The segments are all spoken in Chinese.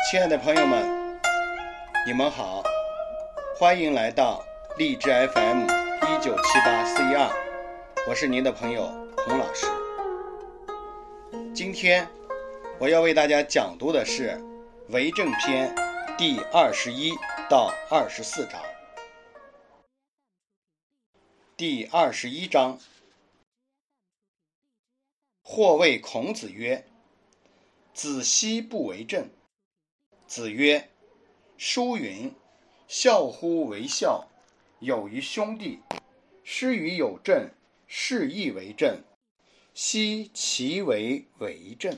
亲爱的朋友们，你们好，欢迎来到荔枝 FM197842，我是您的朋友洪老师。今天我要为大家讲读的是为政篇第21到24章。第21章，或谓孔子曰：子奚不为政？子曰：书云，孝乎为孝，有于兄弟，师于有政，是亦为政。奚其为政？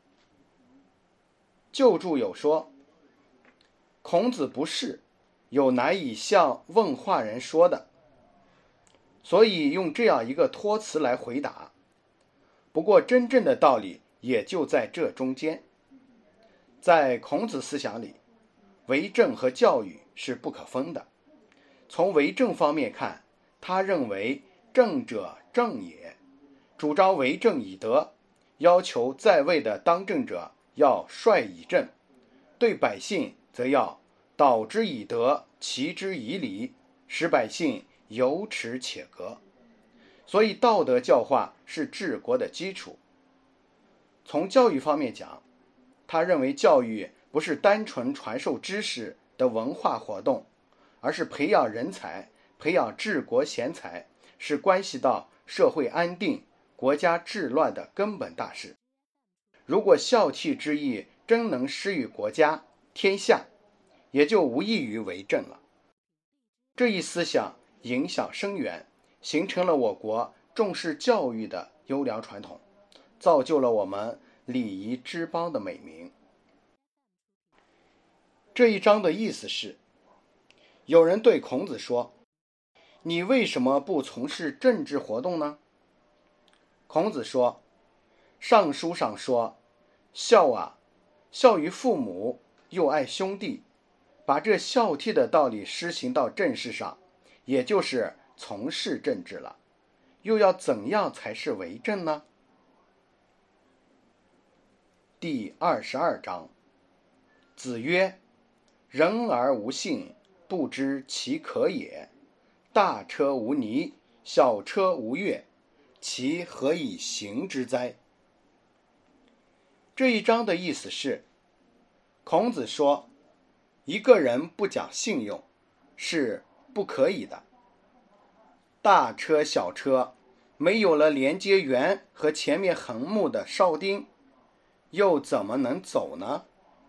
旧注有说，孔子不是，有难以向问话人说的，所以用这样一个托词来回答。不过真正的道理也就在这中间。在孔子思想里，为政和教育是不可分的。从为政方面看，他认为政者正也，主张为政以德，要求在位的当政者要率以正，对百姓则要导之以德，齐之以礼，使百姓有耻且格。所以道德教化是治国的基础。从教育方面讲，他认为教育不是单纯传授知识的文化活动，而是培养人才，培养治国贤才，是关系到社会安定、国家治乱的根本大事。如果孝悌之意真能施于国家、天下，也就无异于为政了。这一思想影响深远，形成了我国重视教育的优良传统，造就了我们礼仪之邦的美名。这一章的意思是，有人对孔子说，你为什么不从事政治活动呢？孔子说，尚书上说，孝啊，孝于父母，又爱兄弟，把这孝悌的道理施行到政事上，也就是从事政治了。又要怎样才是为政呢？第22章，子曰：人而无信，不知其可也。大车无泥，小车无月，其何以行之哉？这一章的意思是，孔子说，一个人不讲信用是不可以的。大车小车没有了连接圆和前面横木的哨钉，又怎么能走呢？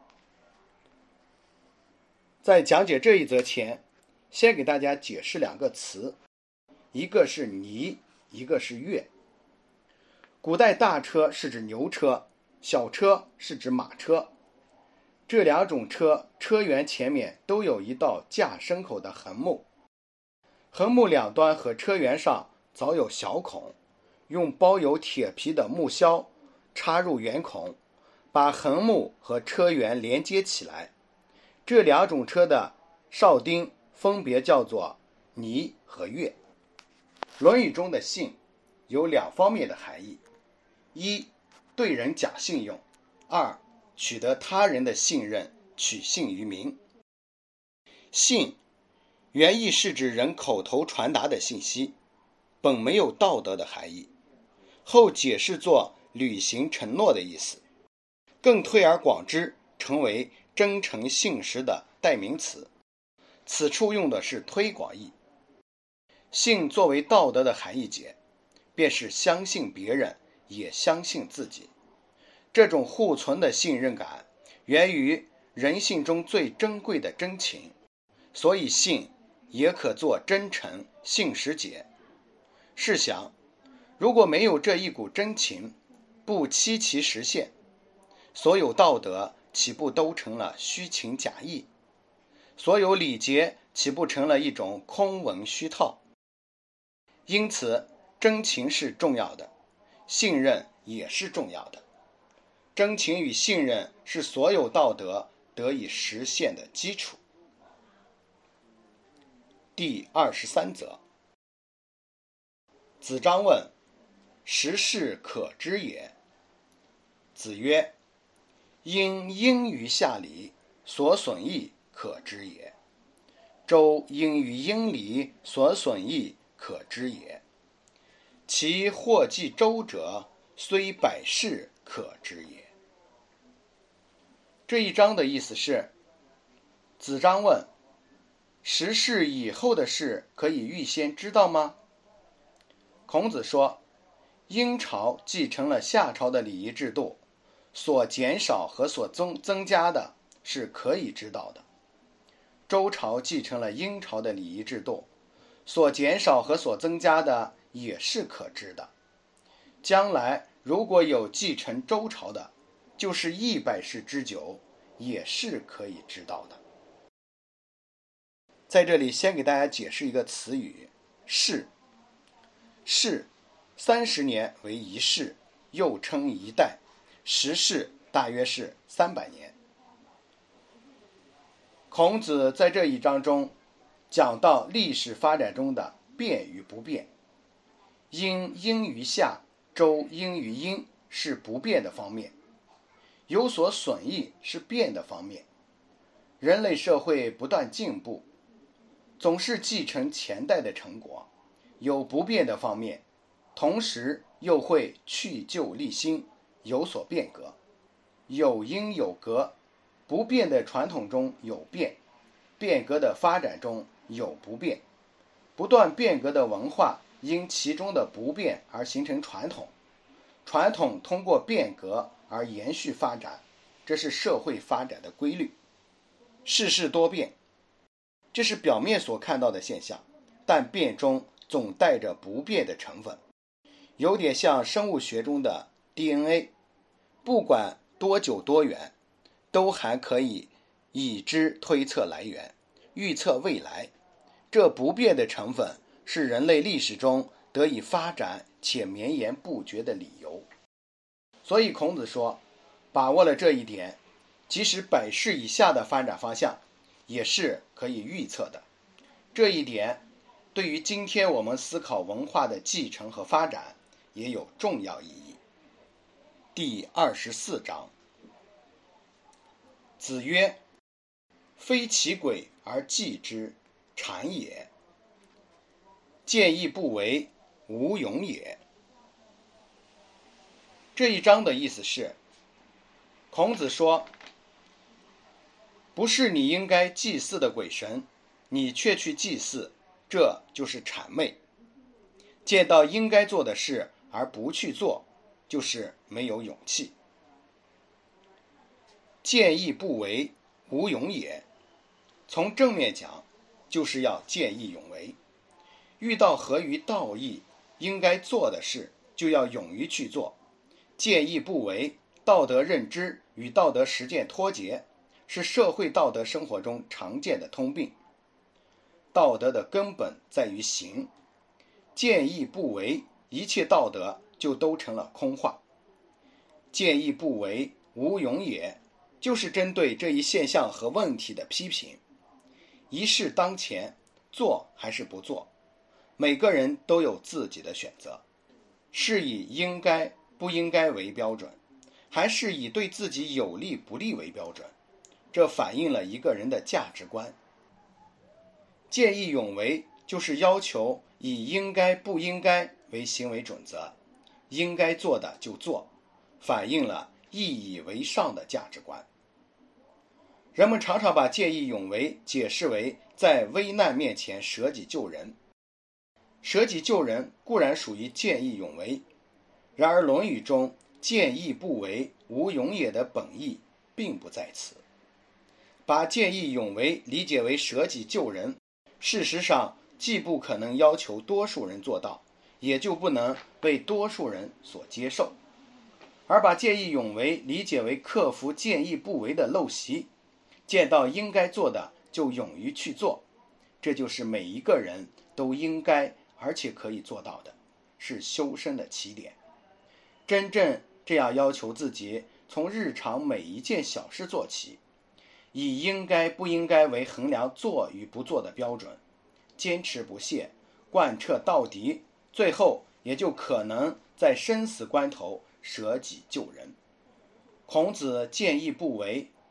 在讲解这一则前，先给大家解释两个词，一个是泥，一个是月。古代大车是指牛车，小车是指马车。这两种车辕前面都有一道架牲口的横木，横木两端和车辕上早有小孔，用包有铁皮的木销插入圆孔，把横木和车辕连接起来。这两种车的哨钉分别叫做泥和月。论语中的信有两方面的含义：一，对人讲信用；二，取得他人的信任，取信于民。信原意是指人口头传达的信息，本没有道德的含义，后解释作履行承诺的意思，更推而广之，成为真诚信实的代名词。此处用的是推广义。信作为道德的含义解，便是相信别人，也相信自己。这种互存的信任感，源于人性中最珍贵的真情，所以信也可做真诚信实解。试想，如果没有这一股真情，不期其实现，所有道德岂不都成了虚情假意？所有礼节岂不成了一种空文虚套？因此，真情是重要的，信任也是重要的。真情与信任是所有道德得以实现的基础。第23则，子张问：时事可知也？子曰：因于下礼， 所损益可知也。周应于英礼，所损益可知也。其祸计周者，虽百世可知也。这一章的意思是，子张问：10世以后的事可以预先知道吗？孔子说，殷朝继承了夏朝的礼仪制度，所减少和所增加的是可以知道的。周朝继承了殷朝的礼仪制度，所减少和所增加的也是可知的。将来如果有继承周朝的，就是100世之久，也是可以知道的。在这里先给大家解释一个词语，世。世30年为一世，又称一代，10世大约是300年。孔子在这一章中讲到历史发展中的变与不变。殷应于夏，周应于殷是不变的方面，有所损益是变的方面。人类社会不断进步，总是继承前代的成果，有不变的方面，同时又会去旧立新，有所变革。有因有格，不变的传统中有变，变革的发展中有不变。不断变革的文化因其中的不变而形成传统，传统通过变革而延续发展，这是社会发展的规律。世事多变，这是表面所看到的现象，但变中总带着不变的成分，有点像生物学中的 DNA， 不管多久多远，都还可以已知推测来源，预测未来。这不变的成分是人类历史中得以发展且绵延不绝的理由。所以孔子说，把握了这一点，即使100世以下的发展方向也是可以预测的。这一点对于今天我们思考文化的继承和发展也有重要意义。第24章，子曰：非其鬼而祭之，谄也；见义不为，无勇也。这一章的意思是，孔子说，不是你应该祭祀的鬼神，你却去祭祀，这就是谄媚。见到应该做的事而不去做，就是没有勇气。见义不为，无勇也。从正面讲，就是要见义勇为。遇到合于道义应该做的事，就要勇于去做。见义不为，道德认知与道德实践脱节，是社会道德生活中常见的通病。道德的根本在于行，见义不为，一切道德就都成了空话。见义不为，无勇也，就是针对这一现象和问题的批评。一事当前，做还是不做，每个人都有自己的选择，是以应该不应该为标准，还是以对自己有利不利为标准，这反映了一个人的价值观。见义勇为就是要求以应该不应该为行为准则，应该做的就做，反映了义以为上的价值观。人们常常把见义勇为解释为在危难面前舍己救人。舍己救人固然属于见义勇为，然而《论语》中见义不为，无勇也的本意并不在此。把见义勇为理解为舍己救人，事实上既不可能要求多数人做到，也就不能被多数人所接受。而把见义勇为理解为克服见义不为的陋习，见到应该做的就勇于去做，这就是每一个人都应该而且可以做到的，是修身的起点。真正这样要求自己，从日常每一件小事做起，以应该不应该为衡量做与不做的标准，坚持不懈，贯彻到底，最后也就可能在生死关头舍己救人。孔子见义不为，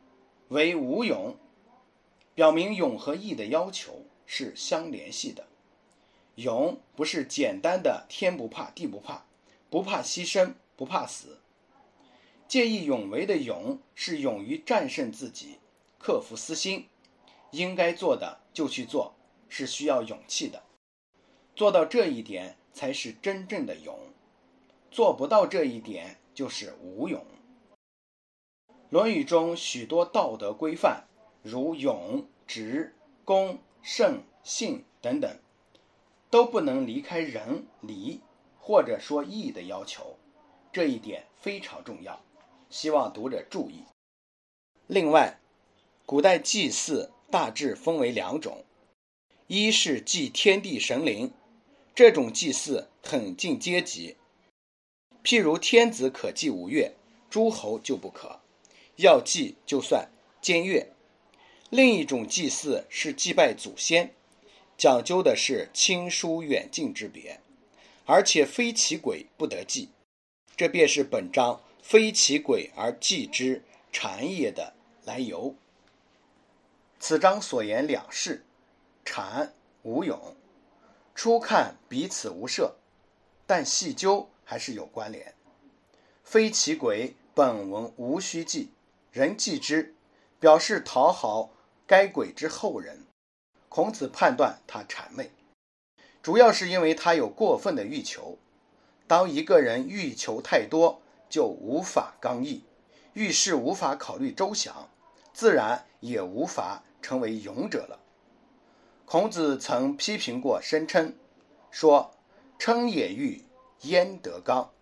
为无勇，表明勇和义的要求是相联系的。勇不是简单的天不怕地不怕，不怕牺牲，不怕死。见义勇为的勇是勇于战胜自己，克服私心，应该做的就去做，是需要勇气的。做到这一点才是真正的勇，做不到这一点就是无勇。论语中许多道德规范，如勇、直、恭、慎、信等等，都不能离开仁、礼或者说义的要求，这一点非常重要，希望读者注意。另外，古代祭祀大致分为两种，一是祭天地神灵，这种祭祀很近阶级，譬如天子可祭5月，诸侯就不可，要祭就算僭越。另一种祭祀是祭拜祖先，讲究的是亲疏远近之别，而且非其鬼不得祭，这便是本章非其鬼而祭之谗也的来由。此章所言两事，谗无勇，初看彼此无涉，但细究还是有关联。非其鬼本文无须祭，人祭之，表示讨好该鬼之后人。孔子判断他谄媚，主要是因为他有过分的欲求。当一个人欲求太多，就无法刚毅，遇事无法考虑周详，自然也无法成为勇者了。孔子曾批评过申称，说称也欲，焉得刚。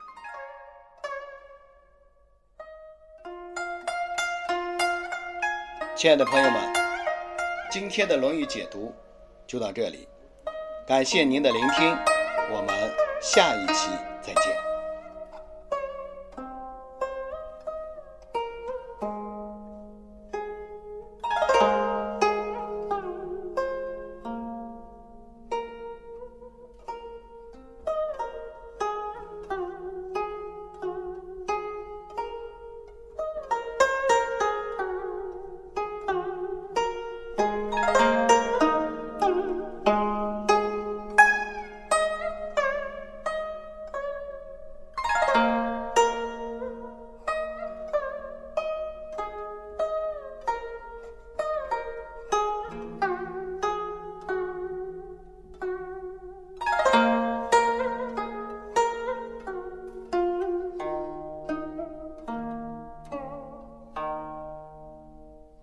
亲爱的朋友们，今天的《论语》解读就到这里，感谢您的聆听，我们下一期再见。